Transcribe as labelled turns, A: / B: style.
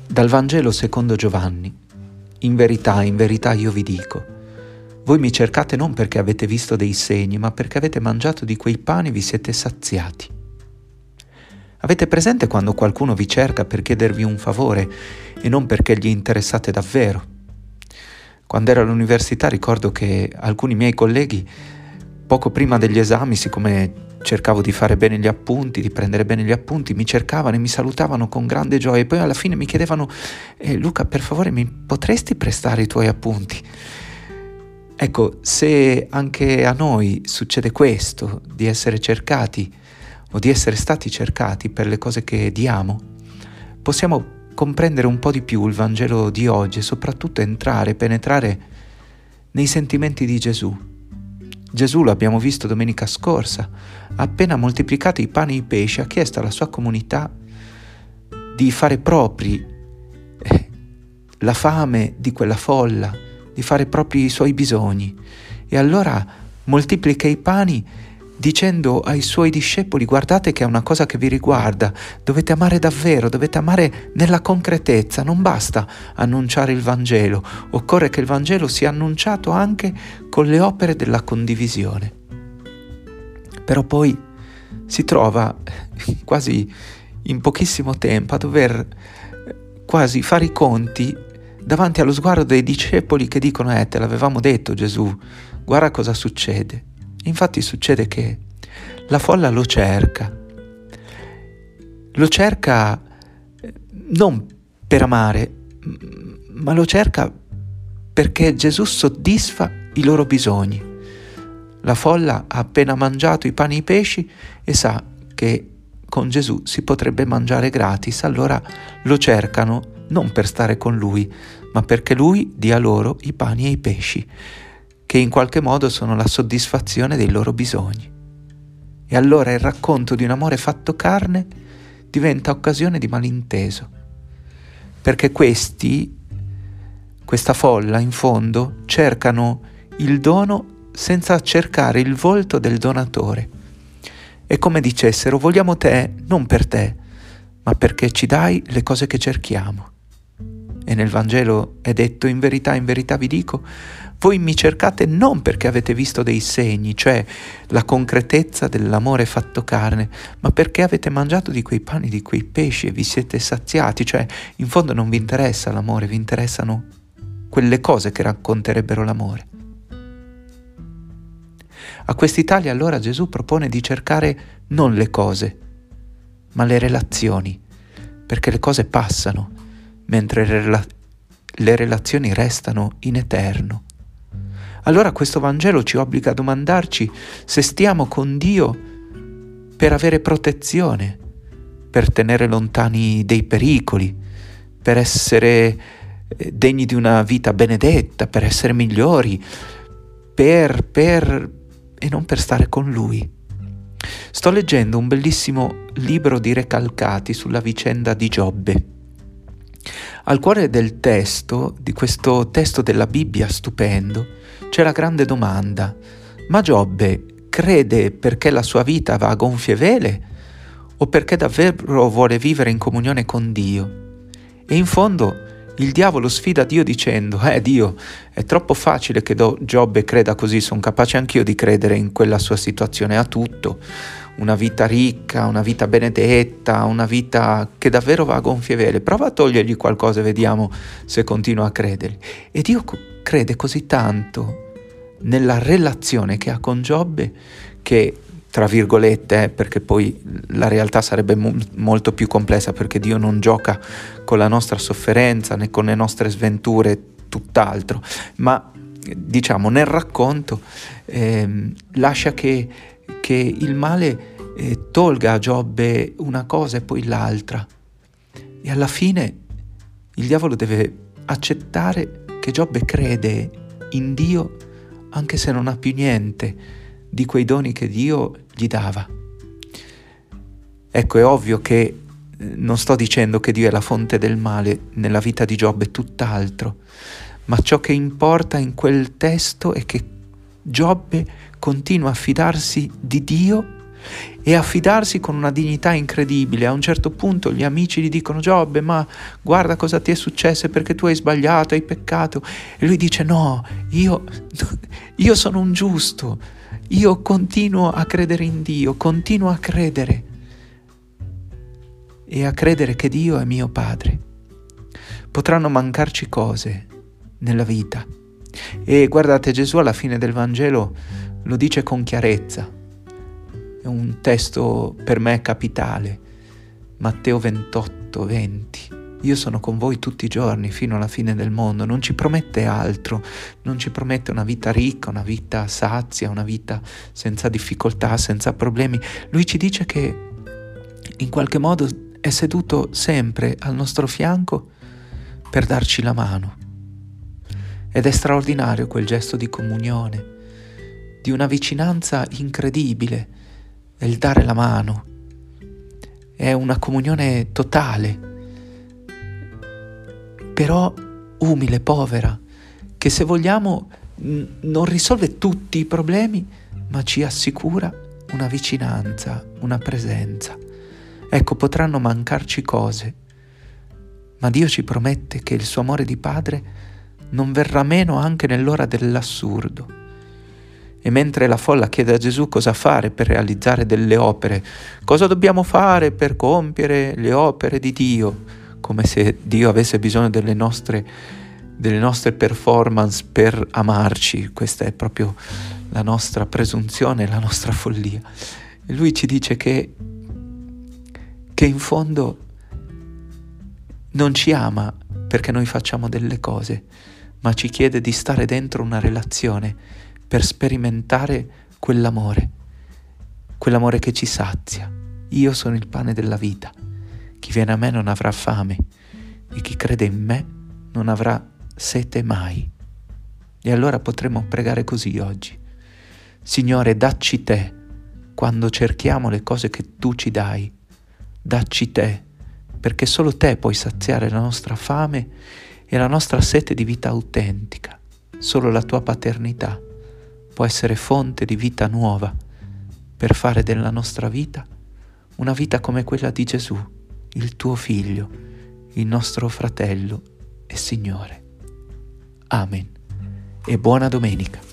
A: Dal Vangelo secondo Giovanni. In verità io vi dico, voi mi cercate non perché avete visto dei segni, ma perché avete mangiato di quei pani e vi siete saziati. Avete presente quando qualcuno vi cerca per chiedervi un favore e non perché gli interessate davvero? Quando ero all'università ricordo che alcuni miei colleghi, poco prima degli esami, siccome cercavo di fare bene gli appunti, di prendere bene gli appunti, mi cercavano e mi salutavano con grande gioia e poi alla fine mi chiedevano Luca, per favore mi potresti prestare i tuoi appunti? Ecco, se anche a noi succede questo, di essere cercati o di essere stati cercati per le cose che diamo, possiamo comprendere un po' di più il Vangelo di oggi e soprattutto penetrare nei sentimenti di Gesù. Gesù, lo abbiamo visto domenica scorsa, ha appena moltiplicato i pani e i pesci, ha chiesto alla sua comunità di fare propri la fame di quella folla, di fare propri i suoi bisogni. E allora moltiplica i pani dicendo ai suoi discepoli: guardate che è una cosa che vi riguarda, dovete amare davvero, dovete amare nella concretezza, non basta annunciare il Vangelo, occorre che il Vangelo sia annunciato anche con le opere della condivisione. Però poi si trova quasi in pochissimo tempo a dover quasi fare i conti davanti allo sguardo dei discepoli che dicono te l'avevamo detto Gesù, guarda cosa succede. Infatti succede che la folla lo cerca non per amare, ma lo cerca perché Gesù soddisfa i loro bisogni. La folla ha appena mangiato i pani e i pesci e sa che con Gesù si potrebbe mangiare gratis, allora lo cercano non per stare con lui, ma perché lui dia loro i pani e i pesci, che in qualche modo sono la soddisfazione dei loro bisogni. E allora il racconto di un amore fatto carne diventa occasione di malinteso, perché questa folla in fondo cercano il dono senza cercare il volto del donatore. È come dicessero: vogliamo te non per te, ma perché ci dai le cose che cerchiamo. E nel Vangelo è detto: in verità vi dico, voi mi cercate non perché avete visto dei segni, cioè la concretezza dell'amore fatto carne, ma perché avete mangiato di quei pani, di quei pesci e vi siete saziati, cioè in fondo non vi interessa l'amore, vi interessano quelle cose che racconterebbero l'amore. A quest'Italia allora Gesù propone di cercare non le cose, ma le relazioni, perché le cose passano, mentre le relazioni restano in eterno. Allora questo Vangelo ci obbliga a domandarci se stiamo con Dio per avere protezione, per tenere lontani dei pericoli, per essere degni di una vita benedetta, per essere migliori, e non per stare con Lui. Sto leggendo un bellissimo libro di Recalcati sulla vicenda di Giobbe. Al cuore del testo, di questo testo della Bibbia stupendo, c'è la grande domanda: ma Giobbe crede perché la sua vita va a gonfie vele o perché davvero vuole vivere in comunione con Dio? E in fondo il diavolo sfida Dio dicendo: Dio, è troppo facile che Giobbe creda così, sono capace anch'io di credere in quella sua situazione, ha tutto, una vita ricca, una vita benedetta, una vita che davvero va a gonfie vele, prova a togliergli qualcosa e vediamo se continua a credergli. E Dio crede così tanto nella relazione che ha con Giobbe che, tra virgolette, perché poi la realtà sarebbe molto più complessa, perché Dio non gioca con la nostra sofferenza né con le nostre sventure, tutt'altro, ma diciamo nel racconto lascia che il male tolga a Giobbe una cosa e poi l'altra, e alla fine il diavolo deve accettare che Giobbe crede in Dio anche se non ha più niente di quei doni che Dio gli dava. Ecco, è ovvio che non sto dicendo che Dio è la fonte del male nella vita di Giobbe, è tutt'altro, ma ciò che importa in quel testo è che Giobbe continua a fidarsi di Dio e a fidarsi con una dignità incredibile. A un certo punto gli amici gli dicono: Giobbe, ma guarda cosa ti è successo, perché tu hai sbagliato, hai peccato. E lui dice: no, io sono un giusto, io continuo a credere in Dio, continuo a credere e a credere che Dio è mio Padre. Potranno mancarci cose nella vita, e guardate, Gesù alla fine del Vangelo lo dice con chiarezza. È un testo per me capitale, Matteo 28:20. Io sono con voi tutti i giorni fino alla fine del mondo. Non ci promette altro, non ci promette una vita ricca, una vita sazia, una vita senza difficoltà, senza problemi. Lui ci dice che in qualche modo è seduto sempre al nostro fianco per darci la mano. Ed è straordinario quel gesto di comunione, di una vicinanza incredibile, è il dare la mano. È una comunione totale, però umile, povera, che se vogliamo non risolve tutti i problemi, ma ci assicura una vicinanza, una presenza. Ecco, potranno mancarci cose, ma Dio ci promette che il suo amore di Padre non verrà meno anche nell'ora dell'assurdo. E mentre la folla chiede a Gesù cosa fare per realizzare delle opere, cosa dobbiamo fare per compiere le opere di Dio, come se Dio avesse bisogno delle nostre performance per amarci. Questa è proprio la nostra presunzione, la nostra follia. E lui ci dice che in fondo non ci ama perché noi facciamo delle cose, ma ci chiede di stare dentro una relazione per sperimentare quell'amore che ci sazia. Io sono il pane della vita. Chi viene a me non avrà fame, e chi crede in me non avrà sete mai. E allora potremo pregare così oggi: Signore, dacci te quando cerchiamo le cose che tu ci dai. Dacci te, perché solo te puoi saziare la nostra fame e la nostra sete di vita autentica. Solo la tua paternità può essere fonte di vita nuova per fare della nostra vita una vita come quella di Gesù, il tuo Figlio, il nostro fratello e Signore. Amen. E buona domenica.